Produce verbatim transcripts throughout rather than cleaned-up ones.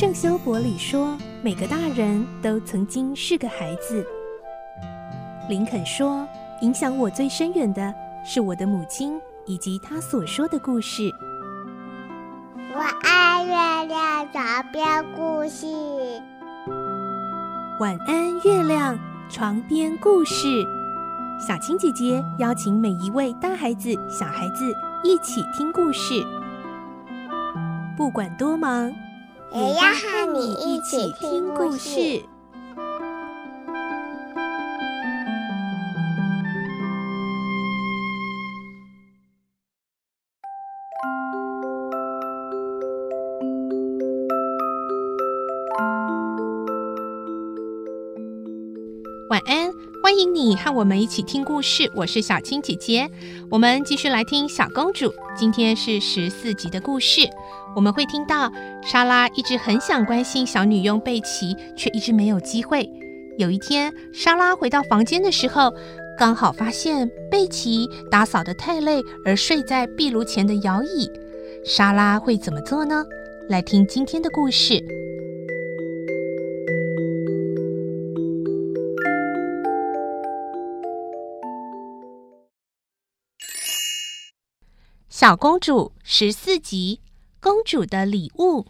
圣修伯里说，每个大人都曾经是个孩子。林肯说，影响我最深远的是我的母亲以及她所说的故事。 我爱月亮床边故事。 晚安，月亮床边故事。小青姐姐邀请每一位大孩子、小孩子一起听故事，不管多忙， 也要和你一起听故事。 晚安，欢迎你和我们一起听故事，我是小青姐姐。我们继续来听小公主，今天是十四集的故事。我们会听到莎拉一直很想关心小女佣贝奇，却一直没有机会。有一天，莎拉回到房间的时候，刚好发现贝奇打扫得太累而睡在壁炉前的摇椅。莎拉会怎么做呢？来听今天的故事。小公主十四集，公主的礼物。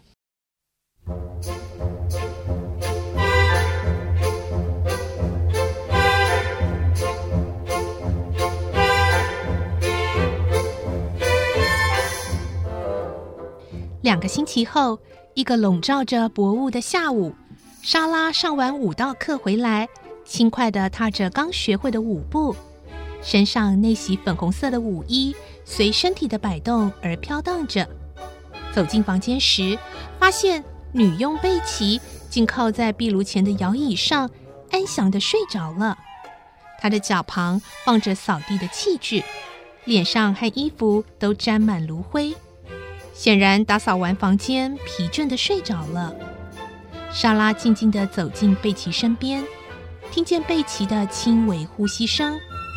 两个星期后，一个笼罩着薄雾的下午，莎拉上完舞蹈课回来，轻快地踏着刚学会的舞步，身上那袭粉红色的舞衣随身体的摆动而飘荡着。走进房间时，发现女佣贝奇竟靠在壁炉前的摇椅上，安详地睡着了。她的脚旁放着扫地的器具，脸上和衣服都沾满炉灰，显然打扫完房间，疲倦地睡着了。莎拉静静地走进贝奇身边，听见贝奇的轻微呼吸声。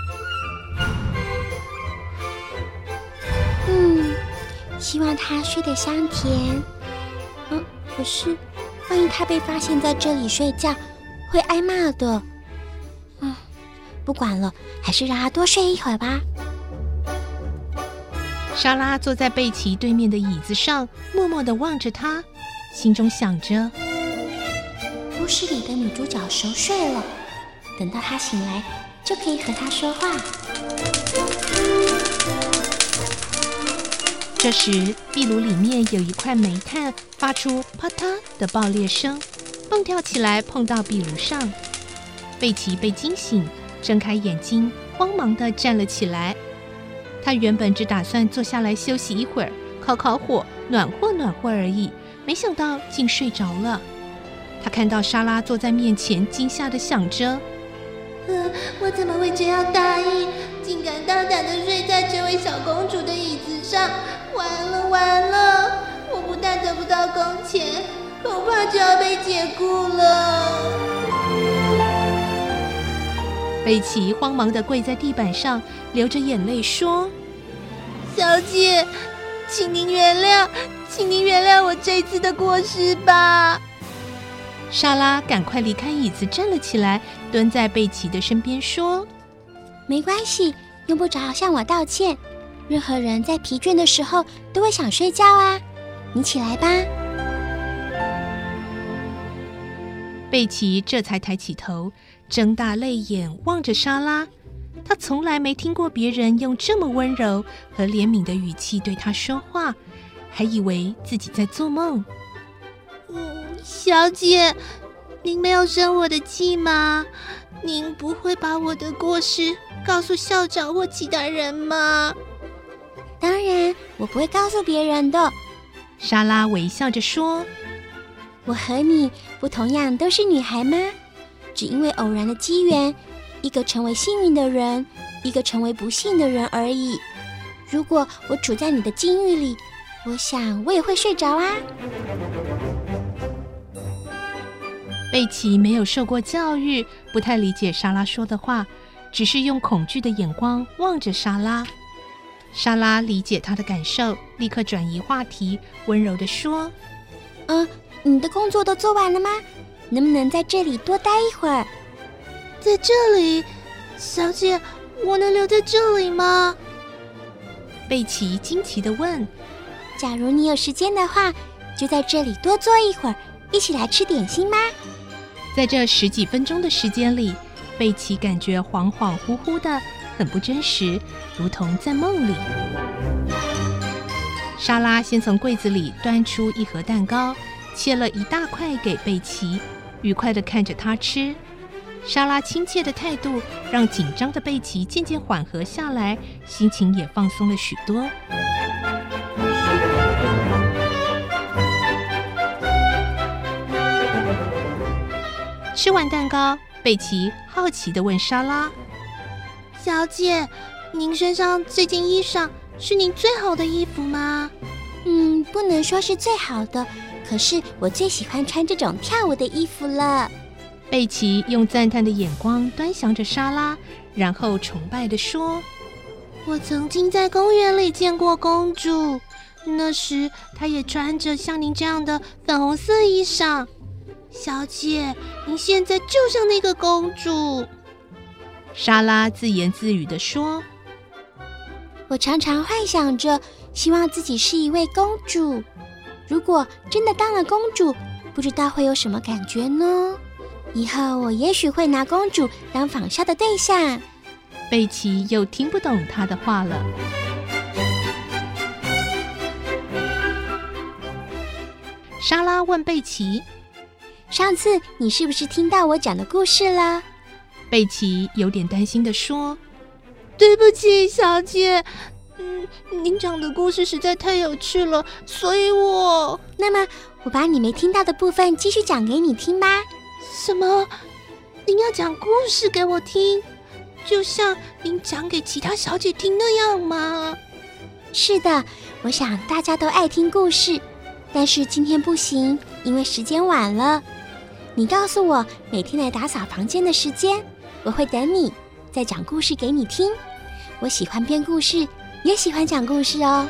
希望他睡得香甜。嗯，可是万一他被发现在这里睡觉，会挨骂的。嗯，不管了，还是让他多睡一会儿吧。 莎拉坐在贝奇对面的椅子上，默默地望着他，心中想着： 故事里的女主角熟睡了，等到她醒来，就可以和她说话。 这时，壁炉里面有一块煤炭发出啪嗒的爆裂声，蹦跳起来碰到壁炉上。贝奇被惊醒，睁开眼睛，慌忙地站了起来。他原本只打算坐下来休息一会儿，烤烤火，暖和暖和而已，没想到竟睡着了。他看到莎拉坐在面前，惊吓地想着： 呃，我怎么会这样大意，竟敢大胆地睡在这位小公主的椅子上？完了完了，我不但得不到工钱，恐怕就要被解雇了。 贝奇慌忙地跪在地板上，流着眼泪说： 小姐，请您原谅，请您原谅我这次的过失吧。 莎拉赶快离开椅子，站了起来，蹲在贝奇的身边说： 没关系，用不着向我道歉。任何人在疲倦的时候都会想睡觉啊，你起来吧。 贝奇这才抬起头，睁大泪眼望着莎拉。他从来没听过别人用这么温柔和怜悯的语气对他说话，还以为自己在做梦。 嗯，小姐，您没有生我的气吗？您不会把我的过失告诉校长或其他人吗？ 当然，我不会告诉别人的。 莎拉微笑着说： 我和你不同样都是女孩吗？只因为偶然的机缘，一个成为幸运的人，一个成为不幸的人而已。如果我处在你的境遇里，我想我也会睡着啊。 贝奇没有受过教育，不太理解莎拉说的话，只是用恐惧的眼光望着莎拉。莎拉理解她的感受，立刻转移话题，温柔地说： 嗯， 你的工作都做完了吗？能不能在这里多待一会儿？ 在这里？小姐，我能留在这里吗？ 贝奇惊奇地问。 假如你有时间的话，就在这里多坐一会儿，一起来吃点心吗？ 在这十几分钟的时间里，贝奇感觉恍恍惚惚的，很不真实，如同在梦里。莎拉先从柜子里端出一盒蛋糕，切了一大块给贝奇，愉快地看着他吃。莎拉亲切的态度让紧张的贝奇渐渐缓和下来，心情也放松了许多。吃完蛋糕，贝奇好奇地问莎拉：“ 小姐，您身上这件衣裳是您最好的衣服吗？”“ 嗯，不能说是最好的，可是我最喜欢穿这种跳舞的衣服了。” 贝奇用赞叹的眼光端详着莎拉，然后崇拜地说：“ 我曾经在公园里见过公主，那时她也穿着像您这样的粉红色衣裳。小姐，您现在就像那个公主。” 莎拉自言自语地说：“ 我常常幻想着，希望自己是一位公主。如果真的当了公主，不知道会有什么感觉呢？以后我也许会拿公主当仿效的对象。” 贝奇又听不懂他的话了。莎拉问贝奇：“ 上次你是不是听到我讲的故事了？” 贝奇有点担心地说：“ 对不起，小姐，嗯，您讲的故事实在太有趣了，所以我…… 那么我把你没听到的部分继续讲给你听吧。”“ 什么？您要讲故事给我听，就像您讲给其他小姐听那样吗？”“ 是的，我想大家都爱听故事，但是今天不行，因为时间晚了。你告诉我每天来打扫房间的时间，我会等你，再讲故事给你听。我喜欢编故事，也喜欢讲故事哦。”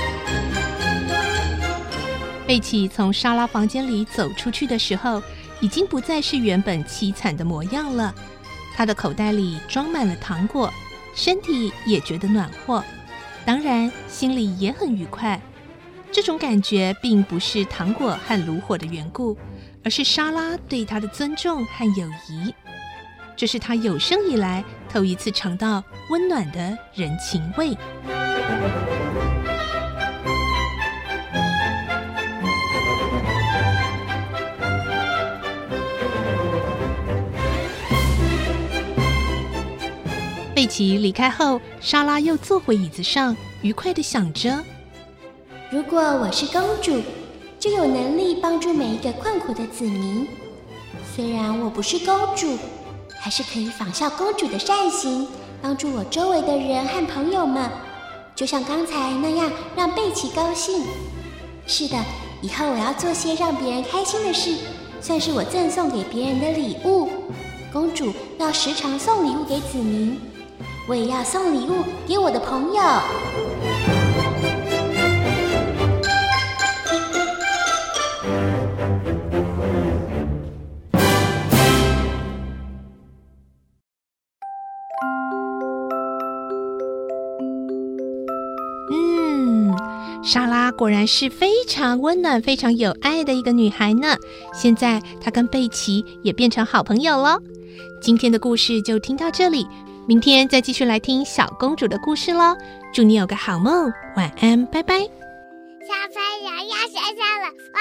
贝奇从莎拉房间里走出去的时候，已经不再是原本凄惨的模样了。他的口袋里装满了糖果，身体也觉得暖和，当然心里也很愉快。这种感觉并不是糖果和炉火的缘故，而是莎拉对他的尊重和友谊。这是他有生以来头一次尝到温暖的人情味。贝奇离开后，莎拉又坐回椅子上，愉快地想着： 如果我是公主，就有能力帮助每一个困苦的子民。虽然我不是公主，还是可以仿效公主的善行，帮助我周围的人和朋友们，就像刚才那样让贝奇高兴。是的，以后我要做些让别人开心的事，算是我赠送给别人的礼物。公主要时常送礼物给子民，我也要送礼物给我的朋友。 莎拉果然是非常温暖、非常有爱的一个女孩呢。现在她跟贝奇也变成好朋友了。今天的故事就听到这里，明天再继续来听小公主的故事咯。祝你有个好梦，晚安，拜拜。 小朋友要睡觉了。